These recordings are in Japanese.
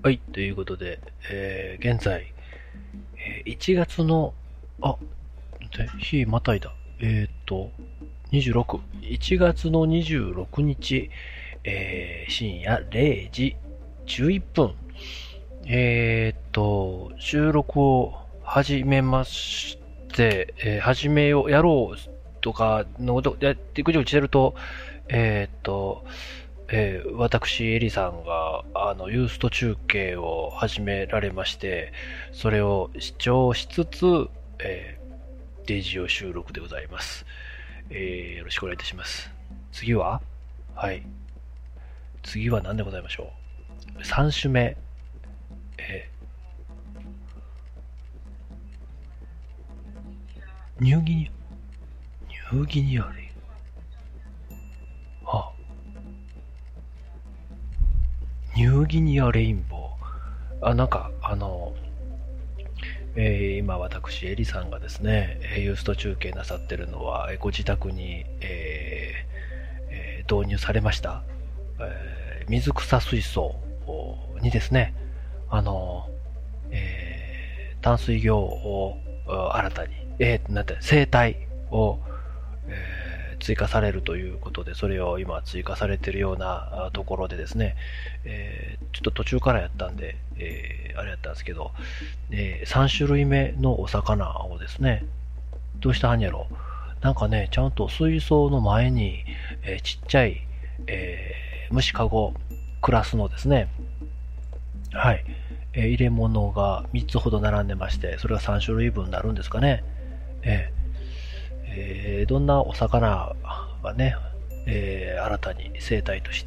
はい、ということで、現在、1月の、あ、日またいだ。26、1月の26日、深夜0時11分、収録を始めまして、やろうとかのことやってぐちぐちしてると、私、エリさんが、ユースト中継を始められまして、それを視聴しつつ、デジオ収録でございます。よろしくお願いいたします。次は次は何でございましょう。3種目、ニューギニアレイ。ニューギニアレインボー。今私、エリさんがですね、ユースト中継なさってるのは、ご自宅に、導入されました、水草水槽にですね、淡水魚を新たに、生態を、追加されるということで、それを今追加されているようなところでですね、ちょっと途中からやったんで、あれやったんですけど、3種類目のお魚をですね、どうしたはんやろ。なんかね、ちゃんと水槽の前に、ちっちゃい、虫かごクラスのですね、はい、入れ物が3つほど並んでまして、それが3種類分になるんですかね。どんなお魚がね、新たに生態として、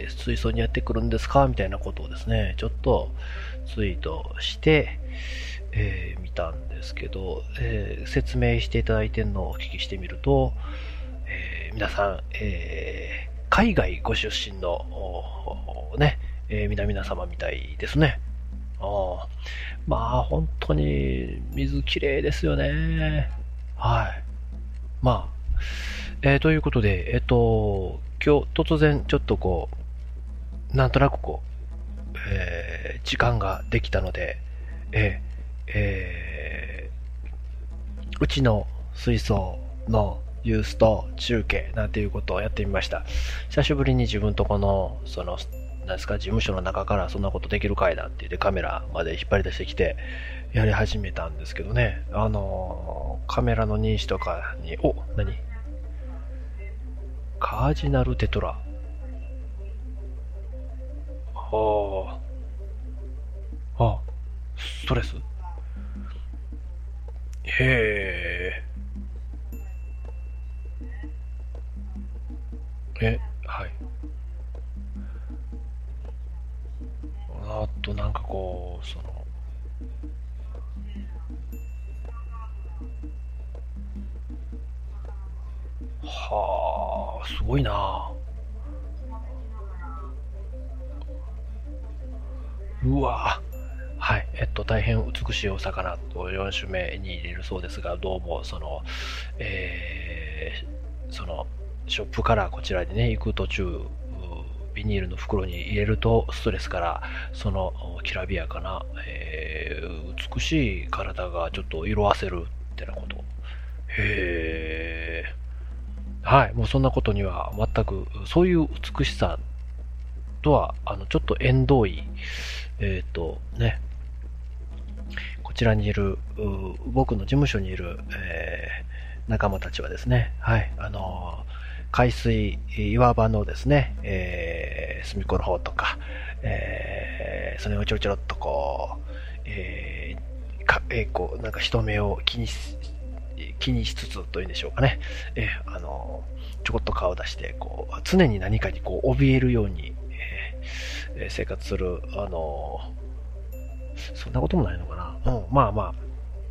水槽にやってくるんですかみたいなことをですね、ちょっとツイートして、見たんですけど、説明していただいてるのをお聞きしてみると、皆さん、海外ご出身のね、皆様みたいですね。まあ本当に水きれいですよね。はい。まあ、ということで、今日突然ちょっとこう、なんとなくこう、時間ができたので、うちの水槽のユースト中継なんていうことをやってみました。久しぶりに自分とこの、なんですか、事務所の中からそんなことできるかいなって言ってカメラまで引っ張り出してきて、やり始めたんですけどね、カメラの認識とかに、何カージナルテトラ。ストレス。へえ。はい。あとなんかこう、すごいな。うわ。はい。大変美しいお魚と4種目に入れるそうですが、どうも、ショップからこちらにね、行く途中、ビニールの袋に入れると、ストレスから、きらびやかな、美しい体がちょっと色あせるってなこと。へー。はい。もうそんなことには全く、そういう美しさとは、ちょっと縁遠い、ね、こちらにいる、僕の事務所にいる、仲間たちはですね、はい、海水、岩場のですね、隅っこの方とか、それをちょろちょろっとこう、なんか人目を気にしつつというんでしょうかね、ちょこっと顔を出して、こう、常に何かにこう、怯えるように、生活する、そんなこともないのかな。まあまあ、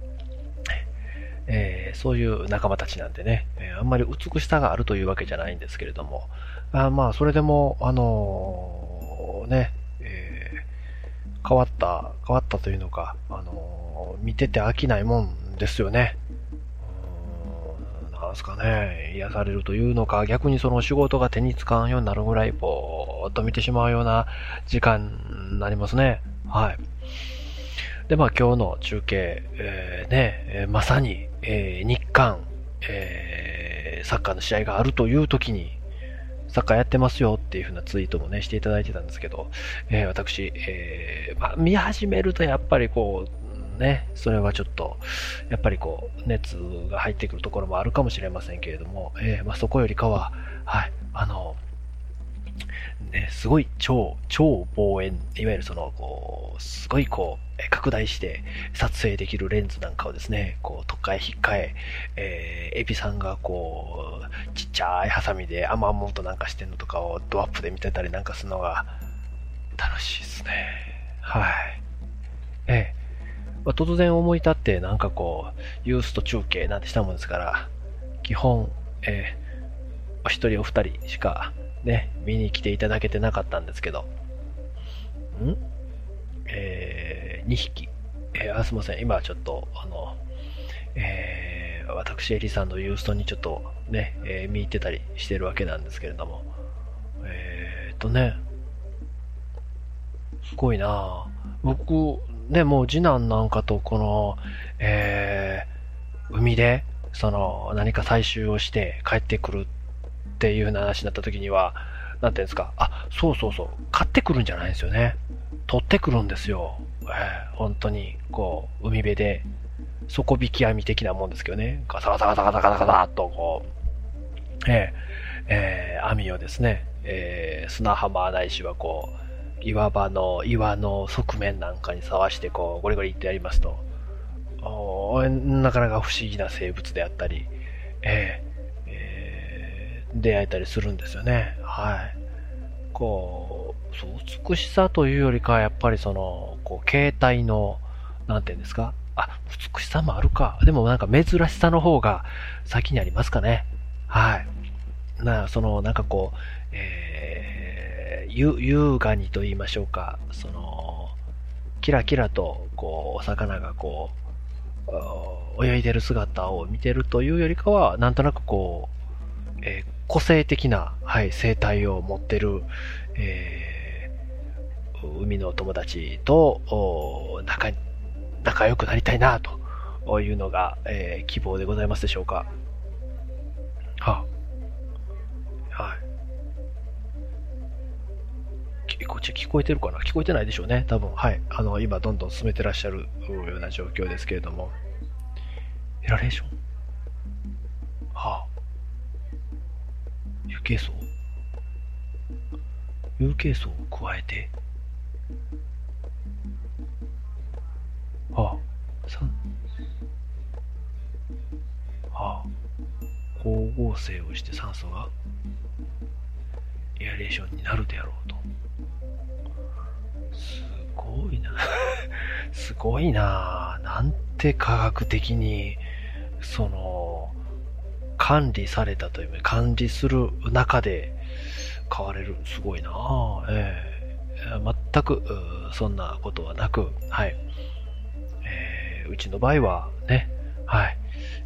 そういう仲間たちなんでね、あんまり美しさがあるというわけじゃないんですけれども、まあ、それでも、ね、変わったというのか、見てて飽きないもんですよね。なんすかね、癒されるというのか、逆にその仕事が手につかんようになるぐらい、ぼーっと見てしまうような時間になりますね。 はい。で、まあ今日の中継、まさに、日韓、サッカーの試合があるという時に、サッカーやってますよっていう風なツイートもね、していただいてたんですけど、私、まあ見始めるとやっぱりこう、ね、それはちょっと、やっぱりこう、熱が入ってくるところもあるかもしれませんけれども、まあそこよりかは、はい、ね、すごい超望遠、いわゆるその、こう、すごいこう、拡大して撮影できるレンズなんかをですね、こう、とっかえ引っかえ、エビさんがこう、ちっちゃいハサミでアマモとなんかしてんのとかをドアップで見てたりなんかするのが楽しいですね。はい。まあ、突然思い立ってなんかこう、ユースト中継なんてしたもんですから、基本、お一人お二人しかね、見に来ていただけてなかったんですけど、2匹。すいません。今ちょっと、私、エリさんのユーストにちょっとね、見入ってたりしてるわけなんですけれども、すごいな僕、ね、もう次男なんかとこの、海で、その、何か採集をして帰ってくるっていう話になった時には、なんていうんですか、そうそうそう、買ってくるんじゃないんですよね。取ってくるんですよ。本当に、こう、海辺で、底引き網的なもんですけどね、ガサガサガサガサガサガサっとこう、網をですね、砂浜ないしはこう、岩の側面なんかに触してこう、ゴリゴリってやりますと、なかなか不思議な生物であったり、出会えたりするんですよね。はい。こう、そう、美しさというよりかは、やっぱりその、こう、形態の、なんていうんですか。美しさもあるか。でもなんか珍しさの方が先にありますかね。はい。その、なんかこう、優雅にと言いましょうか。その、キラキラと、こう、お魚がこう、泳いでる姿を見てるというよりかは、なんとなくこう、個性的な、はい、生態を持ってる、海の友達と仲良くなりたいなというのが、希望でございますでしょうか。はい。こっち聞こえてるかな？聞こえてないでしょうね。多分。はい。今どんどん進めてらっしゃるような状況ですけれども。エラレーション有形層有形層を加えて三光合成をして酸素がエアレーションになるであろうと。すごいな。すごいな。なんて科学的に、その、管理されたという、管理する中で変われる。すごいな。全く、そんなことはなく、はい。うちの場合はね、はい。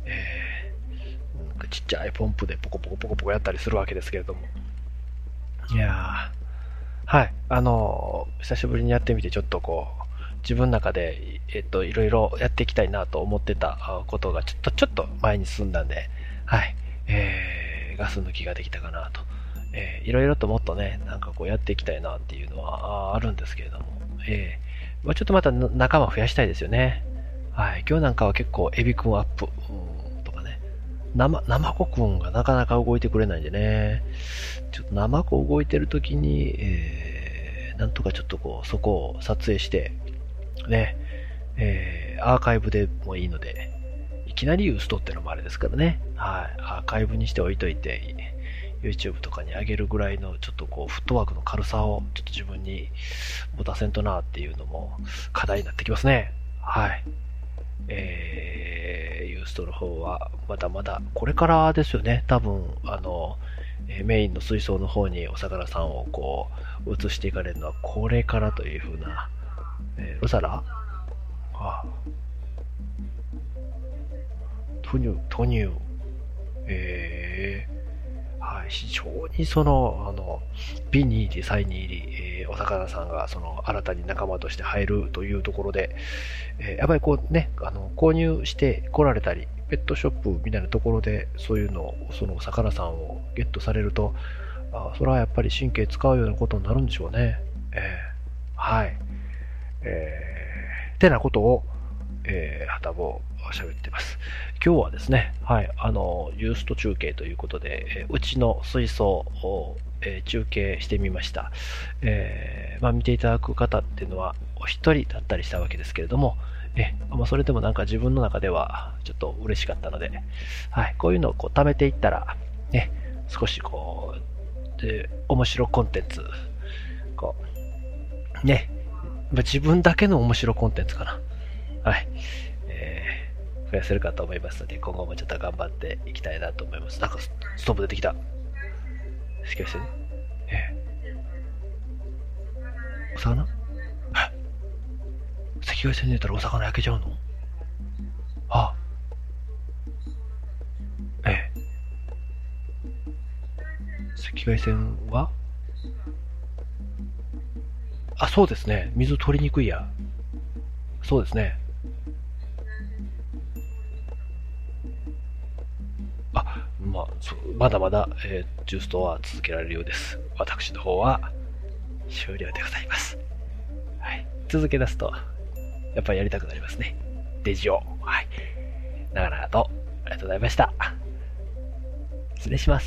ちっちゃいポンプでポコポコポコポコやったりするわけですけれども。いやはい。久しぶりにやってみてちょっとこう、自分の中で、いろいろやっていきたいなと思ってたことがちょっと前に進んだんで、はい。ガス抜きができたかなと。いろいろともっとね、なんかこうやっていきたいなっていうのはあるんですけれども、ちょっとまた仲間増やしたいですよね。はい。今日なんかは結構エビくんアップ、とかね。生子くんがなかなか動いてくれないんでね。ちょっと生子動いてる時に、なんとかちょっとこう、そこを撮影して、ね、アーカイブでもいいので、いきなりユーストってのもあれですからね。はい。アーカイブにしておいといて、YouTube とかに上げるぐらいのちょっとこう、フットワークの軽さをちょっと自分に持たせんとなっていうのも課題になってきますね。はい。ユーストの方はまだまだこれからですよね。多分、メインの水槽の方にお魚さんをこう、移していかれるのはこれからという風な、ロサラトニュー、はい。 はい、非常にその、美に入り、才に入り、お魚さんがその新たに仲間として入るというところで、やっぱりこうね、購入して来られたり、ペットショップみたいなところで、そういうのを、そのお魚さんをゲットされると、それはやっぱり神経使うようなことになるんでしょうね。はい。てなことを、はたぼう喋ってます。今日はですね、はい、ユースト中継ということで、うちの水槽を、中継してみました。見ていただく方っていうのはお一人だったりしたわけですけれども、それでもなんか自分の中ではちょっと嬉しかったので、はい、こういうのをこう貯めていったら、ね、少しこう、面白コンテンツ、こう、ね、自分だけの面白コンテンツかな。はい。増やせるかと思いますので、今後もちょっと頑張っていきたいなと思います。なんかストーブ出てきた。しかしね。お魚？赤外線出たらお魚焼けちゃうの？ああ。赤外線は？そうですね。水取りにくいや。そうですね。まだまだ、ジューストは続けられるようです。私の方は終了でございます。はい。続け出すと、やっぱりやりたくなりますね。デジオ。はい。長々と、ありがとうございました。失礼します。